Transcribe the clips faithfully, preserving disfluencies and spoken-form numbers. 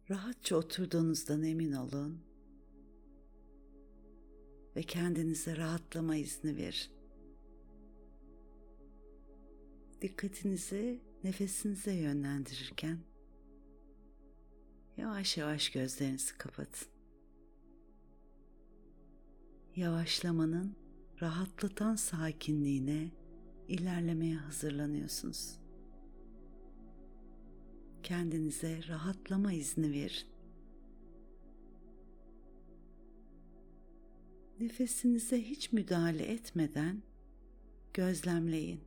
Rahatça oturduğunuzdan emin olun ve kendinize rahatlama izni verin. Dikkatinizi nefesinize yönlendirirken yavaş yavaş gözlerinizi kapatın. Yavaşlamanın rahatlatan sakinliğine ilerlemeye hazırlanıyorsunuz. Kendinize rahatlama izni verin. Nefesinize hiç müdahale etmeden gözlemleyin.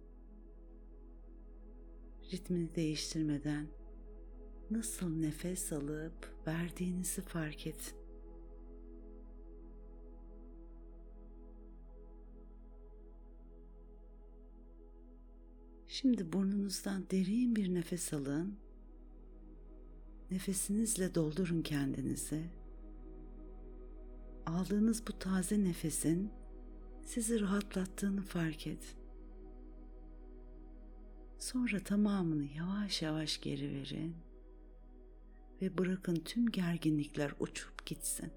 Ritmini değiştirmeden nasıl nefes alıp verdiğinizi fark edin. Şimdi burnunuzdan derin bir nefes alın. Nefesinizle doldurun kendinizi. Aldığınız bu taze nefesin sizi rahatlattığını fark edin. Sonra tamamını yavaş yavaş geri verin ve bırakın tüm gerginlikler uçup gitsin.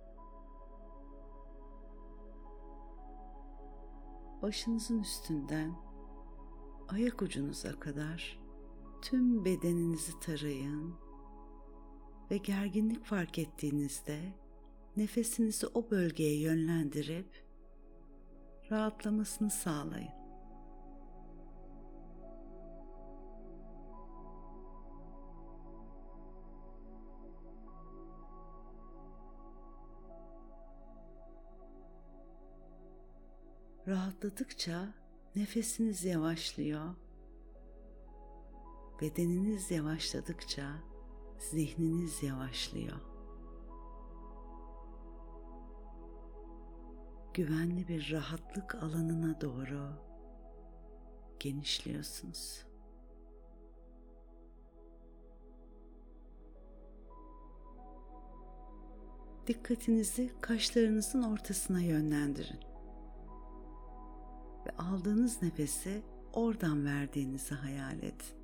Başınızın üstünden ayak ucunuza kadar tüm bedeninizi tarayın ve gerginlik fark ettiğinizde nefesinizi o bölgeye yönlendirip rahatlamasını sağlayın. Rahatladıkça nefesiniz yavaşlıyor. Bedeniniz yavaşladıkça zihniniz yavaşlıyor. Güvenli bir rahatlık alanına doğru genişliyorsunuz. Dikkatinizi kaşlarınızın ortasına yönlendirin ve aldığınız nefesi oradan verdiğinizi hayal edin.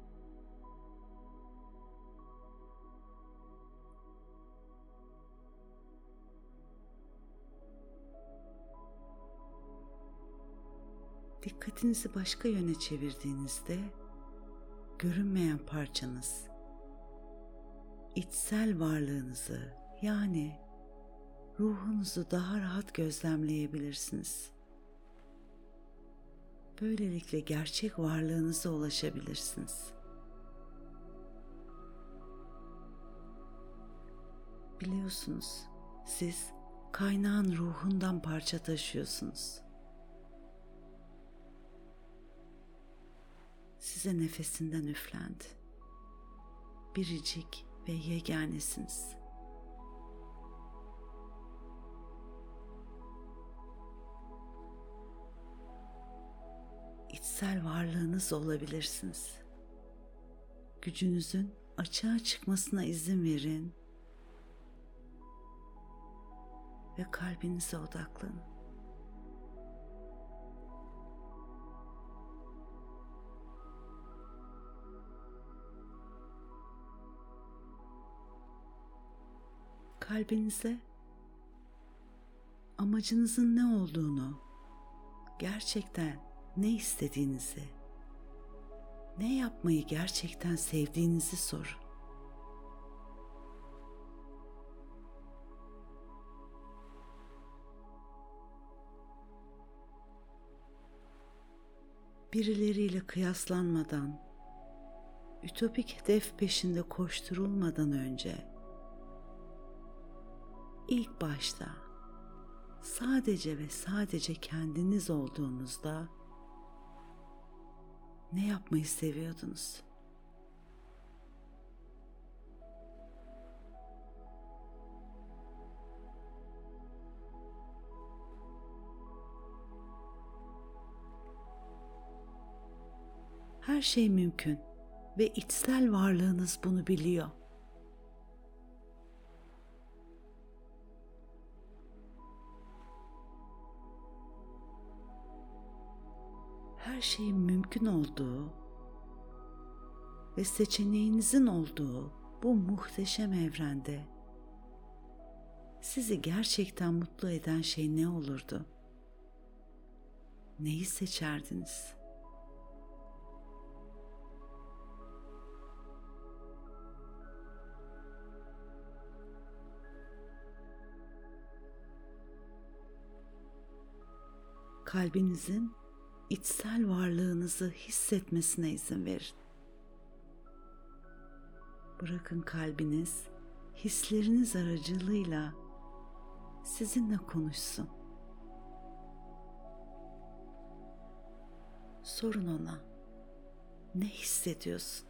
Dikkatinizi başka yöne çevirdiğinizde görünmeyen parçanız, içsel varlığınızı yani ruhunuzu daha rahat gözlemleyebilirsiniz. Böylelikle gerçek varlığınıza ulaşabilirsiniz. Biliyorsunuz, siz kaynağın ruhundan parça taşıyorsunuz. Size nefesinden üflendi. Biricik ve yeganesiniz. İçsel varlığınız olabilirsiniz. Gücünüzün açığa çıkmasına izin verin ve kalbinize odaklanın. Kalbinize amacınızın ne olduğunu, gerçekten ne istediğinizi, ne yapmayı gerçekten sevdiğinizi sorun. Birileriyle kıyaslanmadan, ütopik hedef peşinde koşturulmadan önce, İlk başta sadece ve sadece kendiniz olduğunuzda ne yapmayı seviyordunuz? Her şey mümkün ve içsel varlığınız bunu biliyor. Her şeyin mümkün olduğu ve seçeneğinizin olduğu bu muhteşem evrende sizi gerçekten mutlu eden şey ne olurdu? Neyi seçerdiniz? Kalbinizin içsel varlığınızı hissetmesine izin verin. Bırakın kalbiniz hisleriniz aracılığıyla sizinle konuşsun. Sorun ona, ne hissediyorsun?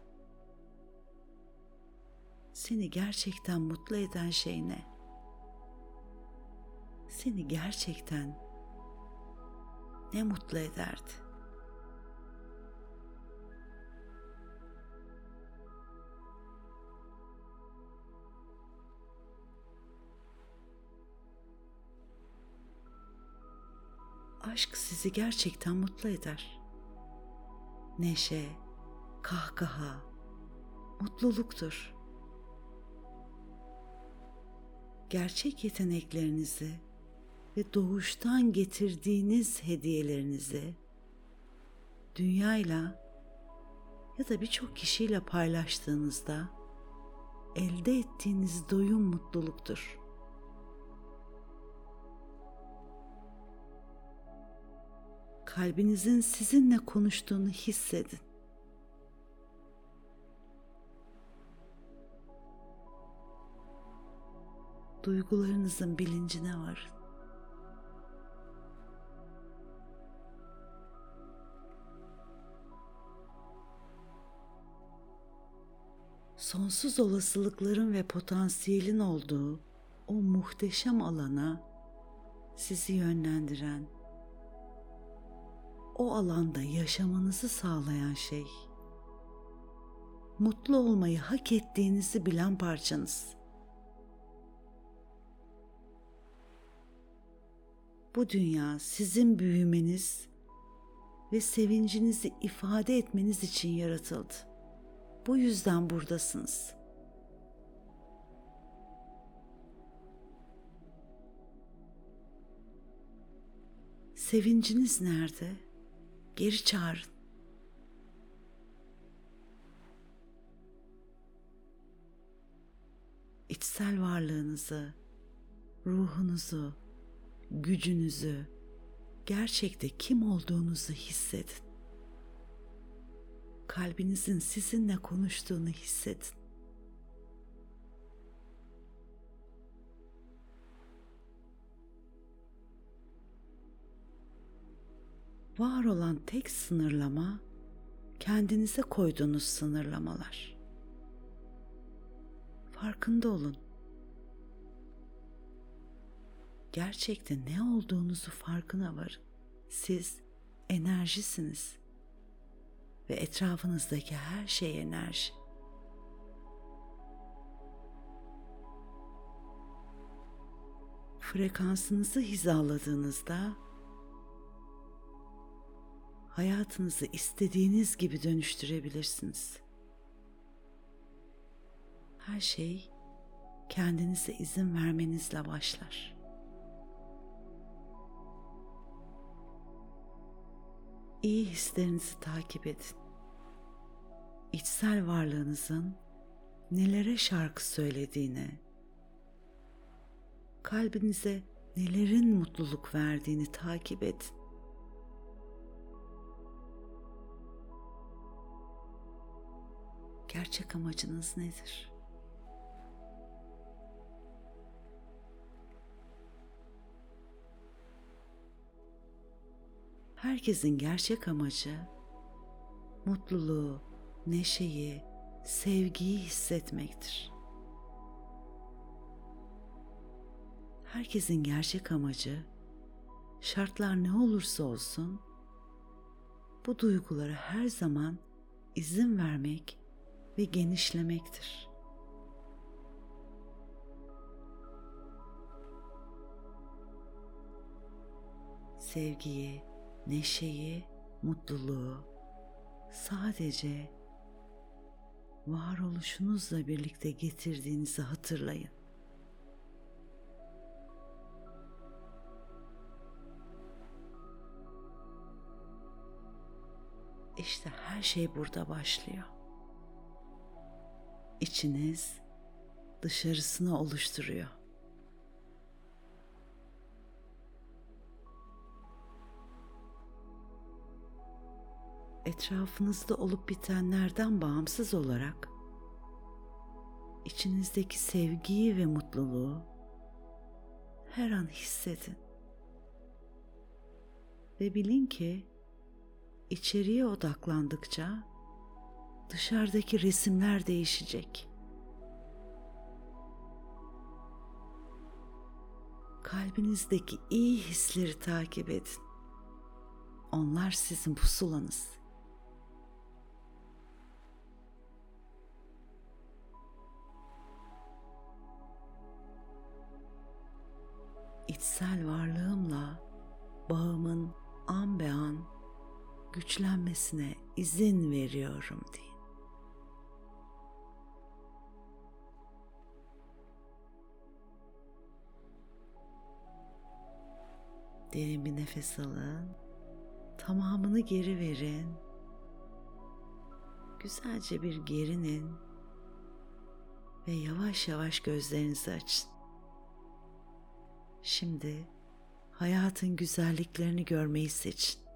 Seni gerçekten mutlu eden şey ne? Seni gerçekten ne mutlu ederdi? Aşk sizi gerçekten mutlu eder. Neşe, kahkaha, mutluluktur. Gerçek yeteneklerinizi ve doğuştan getirdiğiniz hediyelerinizi dünyayla ya da birçok kişiyle paylaştığınızda elde ettiğiniz doyum mutluluktur. Kalbinizin sizinle konuştuğunu hissedin. Duygularınızın bilincine varın. Sonsuz olasılıkların ve potansiyelin olduğu o muhteşem alana sizi yönlendiren, o alanda yaşamanızı sağlayan şey, mutlu olmayı hak ettiğinizi bilen parçanız. Bu dünya sizin büyümeniz ve sevincinizi ifade etmeniz için yaratıldı. Bu yüzden buradasınız. Sevinciniz nerede? Geri çağırın. İçsel varlığınızı, ruhunuzu, gücünüzü, gerçekte kim olduğunuzu hissedin. Kalbinizin sizinle konuştuğunu hissedin. Var olan tek sınırlama, kendinize koyduğunuz sınırlamalar. Farkında olun. Gerçekte ne olduğunuzu farkına varın. Siz enerjisiniz ve etrafınızdaki her şey enerji. Frekansınızı hizaladığınızda hayatınızı istediğiniz gibi dönüştürebilirsiniz. Her şey kendinize izin vermenizle başlar. İyi hislerinizi takip edin. İçsel varlığınızın nelere şarkı söylediğini, kalbinize nelerin mutluluk verdiğini takip edin. Gerçek amacınız nedir? Herkesin gerçek amacı mutluluğu, neşeyi, sevgiyi hissetmektir. Herkesin gerçek amacı şartlar ne olursa olsun bu duygulara her zaman izin vermek ve genişlemektir. Sevgiyi, neşeyi, mutluluğu sadece varoluşunuzla birlikte getirdiğinizi hatırlayın. İşte her şey burada başlıyor. İçiniz dışarısını oluşturuyor. Etrafınızda olup bitenlerden bağımsız olarak içinizdeki sevgiyi ve mutluluğu her an hissedin. Ve bilin ki içeriye odaklandıkça dışarıdaki resimler değişecek. Kalbinizdeki iyi hisleri takip edin. Onlar sizin pusulanız. İçsel varlığımla bağımın an be an güçlenmesine izin veriyorum deyin. Derin bir nefes alın. Tamamını geri verin. Güzelce bir gerinin ve yavaş yavaş gözlerinizi açın. Şimdi hayatın güzelliklerini görmeyi seçin.